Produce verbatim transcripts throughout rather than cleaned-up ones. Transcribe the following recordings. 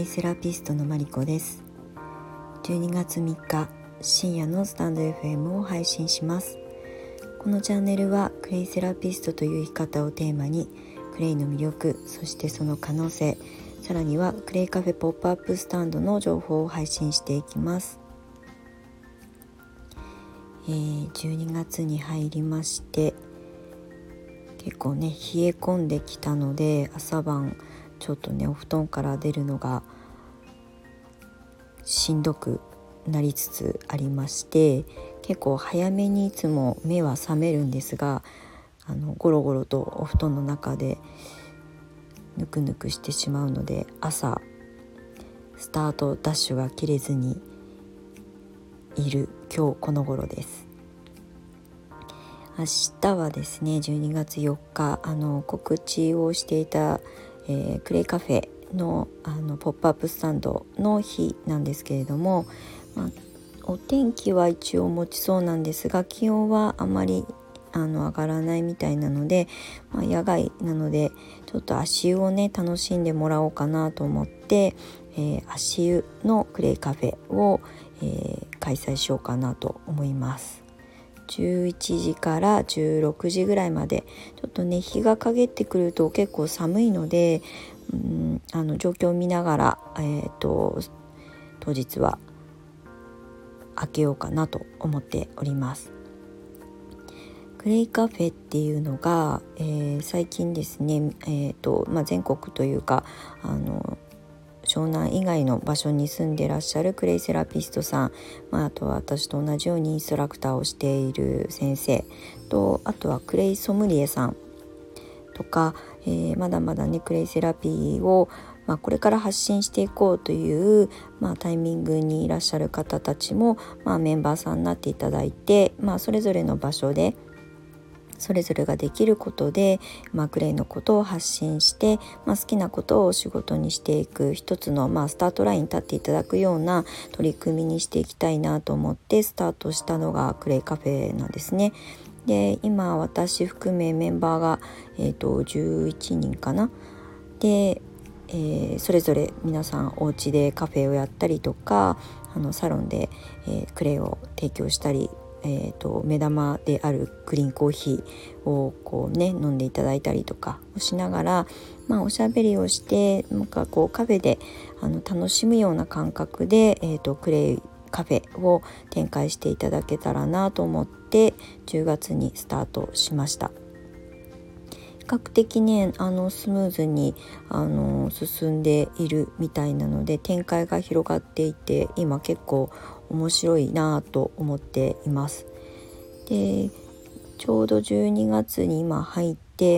セラピストのマリコです。じゅうにがつみっか深夜のスタンド エフエム を配信します。このチャンネルはクレイセラピストという生き方をテーマにクレイの魅力、そしてその可能性、さらにはクレイカフェポップアップスタンドの情報を配信していきます。えー、じゅうにがつに入りまして、結構ね冷え込んできたので、朝晩ちょっとねお布団から出るのがしんどくなりつつありまして、結構早めにいつも目は覚めるんですが、あのゴロゴロとお布団の中でぬくぬくしてしまうので、朝スタートダッシュが切れずにいる今日この頃です。明日はですねじゅうにがつよっか、あの告知をしていた、えー、クレイカフェの、あのポップアップスタンドの日なんですけれども、まあ、お天気は一応持ちそうなんですが、気温はあまりあの上がらないみたいなので、まあ、野外なのでちょっと足湯をね楽しんでもらおうかなと思って、えー、足湯のクレイカフェを、えー、開催しようかなと思います。じゅういちじからじゅうろくじぐらいまで、ちょっとね日が陰ってくると結構寒いので、うん、あの状況を見ながら、えーと、当日は開けようかなと思っております。クレイカフェっていうのが、えー、最近ですね、えーとまあ、全国というかあの湘南以外の場所に住んでいらっしゃるクレイセラピストさん、まあ、あとは私と同じようにインストラクターをしている先生と、あとはクレイソムリエさんとか、えー、まだまだねクレイセラピーを、まあ、これから発信していこうという、まあ、タイミングにいらっしゃる方たちも、まあ、メンバーさんになっていただいて、まあ、それぞれの場所でそれぞれができることで、まあ、クレイのことを発信して、まあ、好きなことを仕事にしていく一つの、まあ、スタートラインに立っていただくような取り組みにしていきたいなと思ってスタートしたのがクレイカフェなんですね。で今私含めメンバーが、えーと、じゅういちにんかな。で、えー、それぞれ皆さんお家でカフェをやったりとか、あのサロンで、えー、クレイを提供したり、えーと、目玉であるグリーンコーヒーをこう、ね、飲んでいただいたりとかをしながら、まあ、おしゃべりをしてなんかこうカフェであの楽しむような感覚で、えーと、クレイカフェを展開していただけたらなと思ってじゅうがつにスタートしました。比較的ねあのスムーズにあの進んでいるみたいなので、展開が広がっていて今結構面白いなと思っています。でちょうどじゅうにがつに今入って、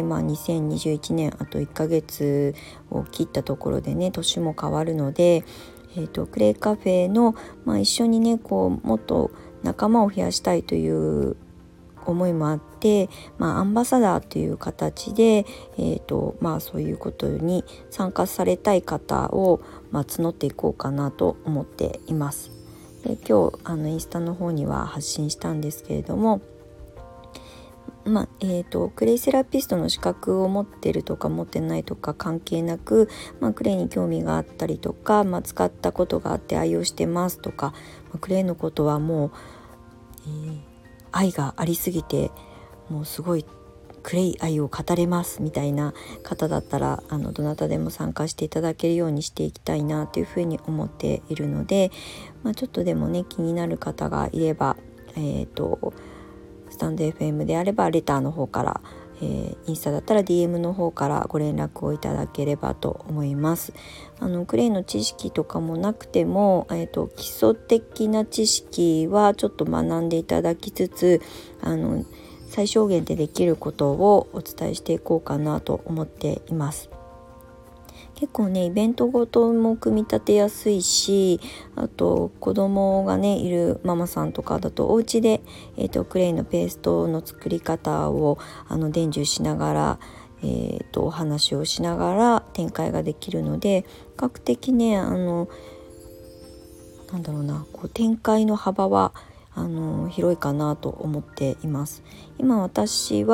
まあ、にせんにじゅういちねんあといっかげつを切ったところでね年も変わるので、えーと、クレイカフェの、まあ、一緒にねこうもっと仲間を増やしたいという思いもあって、まあ、アンバサダーという形で、えーとまあ、そういうことに参加されたい方を、まあ、募っていこうかなと思っています。で今日あのインスタの方には発信したんですけれども、まあえーと、クレイセラピストの資格を持ってるとか持ってないとか関係なく、まあ、クレイに興味があったりとか、まあ、使ったことがあって愛用してますとか、まあ、クレイのことはもう、えー愛がありすぎてもうすごいクレイ愛を語れますみたいな方だったら、あのどなたでも参加していただけるようにしていきたいなというふうに思っているので、まあ、ちょっとでもね気になる方がいれば、えーと、スタンド エフエム であればレターの方から、えー、インスタだったら ディーエム の方からご連絡をいただければと思います。あのクレイの知識とかもなくても、えーと、基礎的な知識はちょっと学んでいただきつつ、あの最小限でできることをお伝えしていこうかなと思っています。結構ねイベントごとも組み立てやすいし、あと子供がねいるママさんとかだとお家で、えーと、クレイのペーストの作り方をあの伝授しながら、えーと、お話をしながら展開ができるので、比較的ねあのなんだろうなこう展開の幅はあの広いかなと思っています。今私は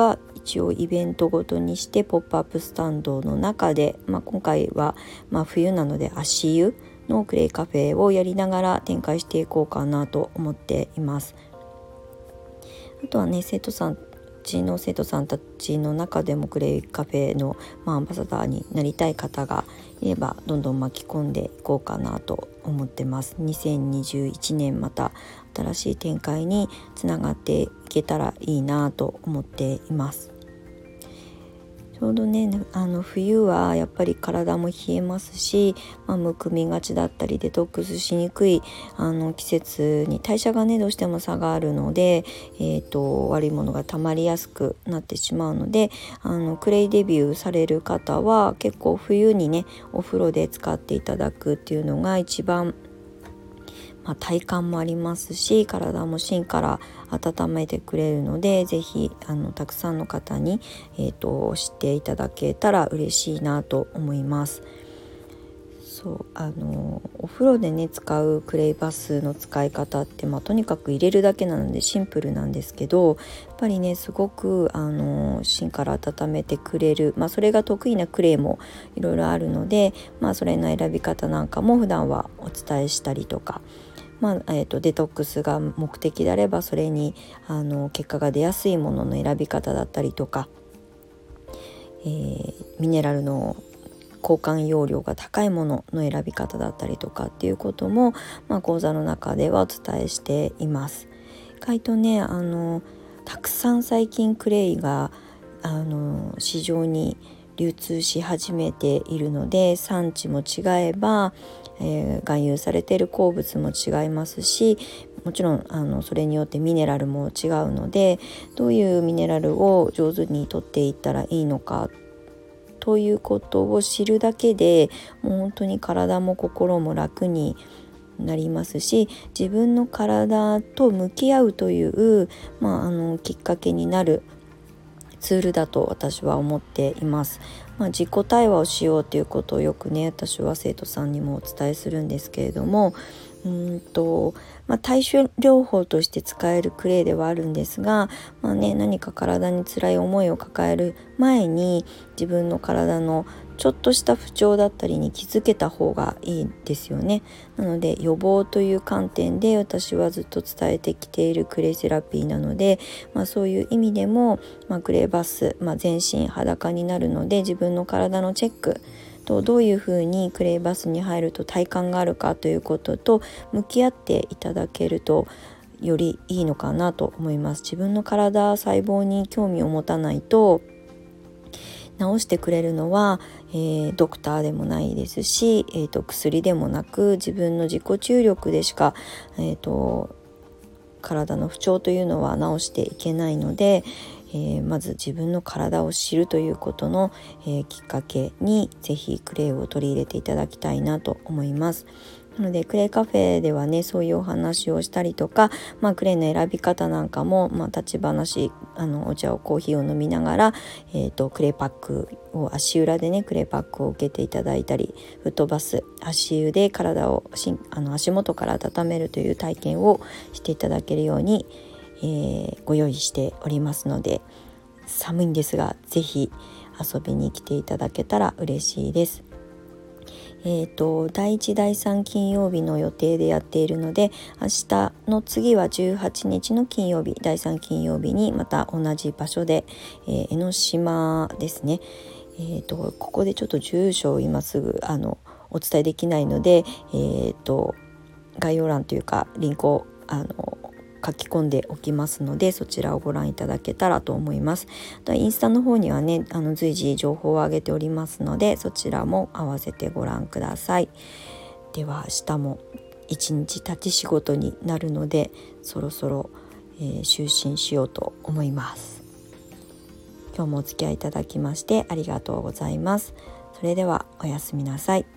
一応イベントごとにしてポップアップスタンドの中で、まあ、今回はまあ冬なので足湯のクレイカフェをやりながら展開していこうかなと思っています。あとはね、生徒さんうちの生徒さんたちの中でもクレイカフェの、まあ、アンバサダーになりたい方がいればどんどん巻き込んでいこうかなと思ってます。にせんにじゅういちねんまた新しい展開につながっていけたらいいなと思っています。ちょうどね、あの冬はやっぱり体も冷えますし、まあ、むくみがちだったりデトックスしにくいあの季節に代謝がねどうしても差があるので、えーと、悪いものが溜まりやすくなってしまうので、あのクレイデビューされる方は結構冬にねお風呂で使っていただくっていうのが一番、まあ、体感もありますし体も芯から温めてくれるので、ぜひあのたくさんの方に、えーと、知っていただけたら嬉しいなと思います。そうあのお風呂でね使うクレイバスの使い方って、まあ、とにかく入れるだけなのでシンプルなんですけど、やっぱりねすごくあの芯から温めてくれる、まあ、それが得意なクレイもいろいろあるので、まあ、それの選び方なんかも普段はお伝えしたりとか、まあえー、とデトックスが目的であればそれにあの結果が出やすいものの選び方だったりとか、えー、ミネラルの交換容量が高いものの選び方だったりとかっていうことも、まあ、講座の中ではお伝えしています。意外とねあのたくさん最近クレイがあの市場に流通し始めているので、産地も違えば、えー、含有されている鉱物も違いますし、もちろんあのそれによってミネラルも違うので、どういうミネラルを上手に取っていったらいいのかということを知るだけでもう本当に体も心も楽になりますし、自分の体と向き合うという、まあ、あのきっかけになるツールだと私は思っています。まあ、自己対話をしようということをよくね私は生徒さんにもお伝えするんですけれども、うーんと、まあ、対処療法として使えるクレイではあるんですが、まあね、何か体に辛い思いを抱える前に自分の体のちょっとした不調だったりに気づけた方がいいですよね。なので予防という観点で私はずっと伝えてきているクレイセラピーなので、まあ、そういう意味でも、まあ、クレイバス、まあ、全身裸になるので自分の体のチェックとどういうふうにクレイバスに入ると体感があるかということと向き合っていただけるとよりいいのかなと思います。自分の体細胞に興味を持たないと治してくれるのは、えー、ドクターでもないですし、えーと、薬でもなく自分の自己注力でしか、えーと、体の不調というのは治していけないので、えー、まず自分の体を知るということの、えー、きっかけにぜひクレイを取り入れていただきたいなと思います。なのでクレイカフェではねそういうお話をしたりとか、まあ、クレイの選び方なんかも、まあ、立ち話あのお茶をコーヒーを飲みながら、えーと、クレイパックを足裏でねクレイパックを受けていただいたり、フットバス足湯で体をしあの足元から温めるという体験をしていただけるように、えー、ご用意しておりますので、寒いんですがぜひ遊びに来ていただけたら嬉しいです。えーと、だいいちだいさん金曜日の予定でやっているので、明日の次はじゅうはちにちの金曜日だいさん金曜日にまた同じ場所で、えー、江ノ島ですね。えーと、ここでちょっと住所を今すぐあのお伝えできないので、えーと、概要欄というかリンクをあの書き込んでおきますので、そちらをご覧いただけたらと思います。インスタの方にはねあの随時情報を上げておりますので、そちらも合わせてご覧ください。では明日も一日立ち仕事になるのでそろそろ、えー、就寝しようと思います。今日もお付き合いいただきましてありがとうございます。それではおやすみなさい。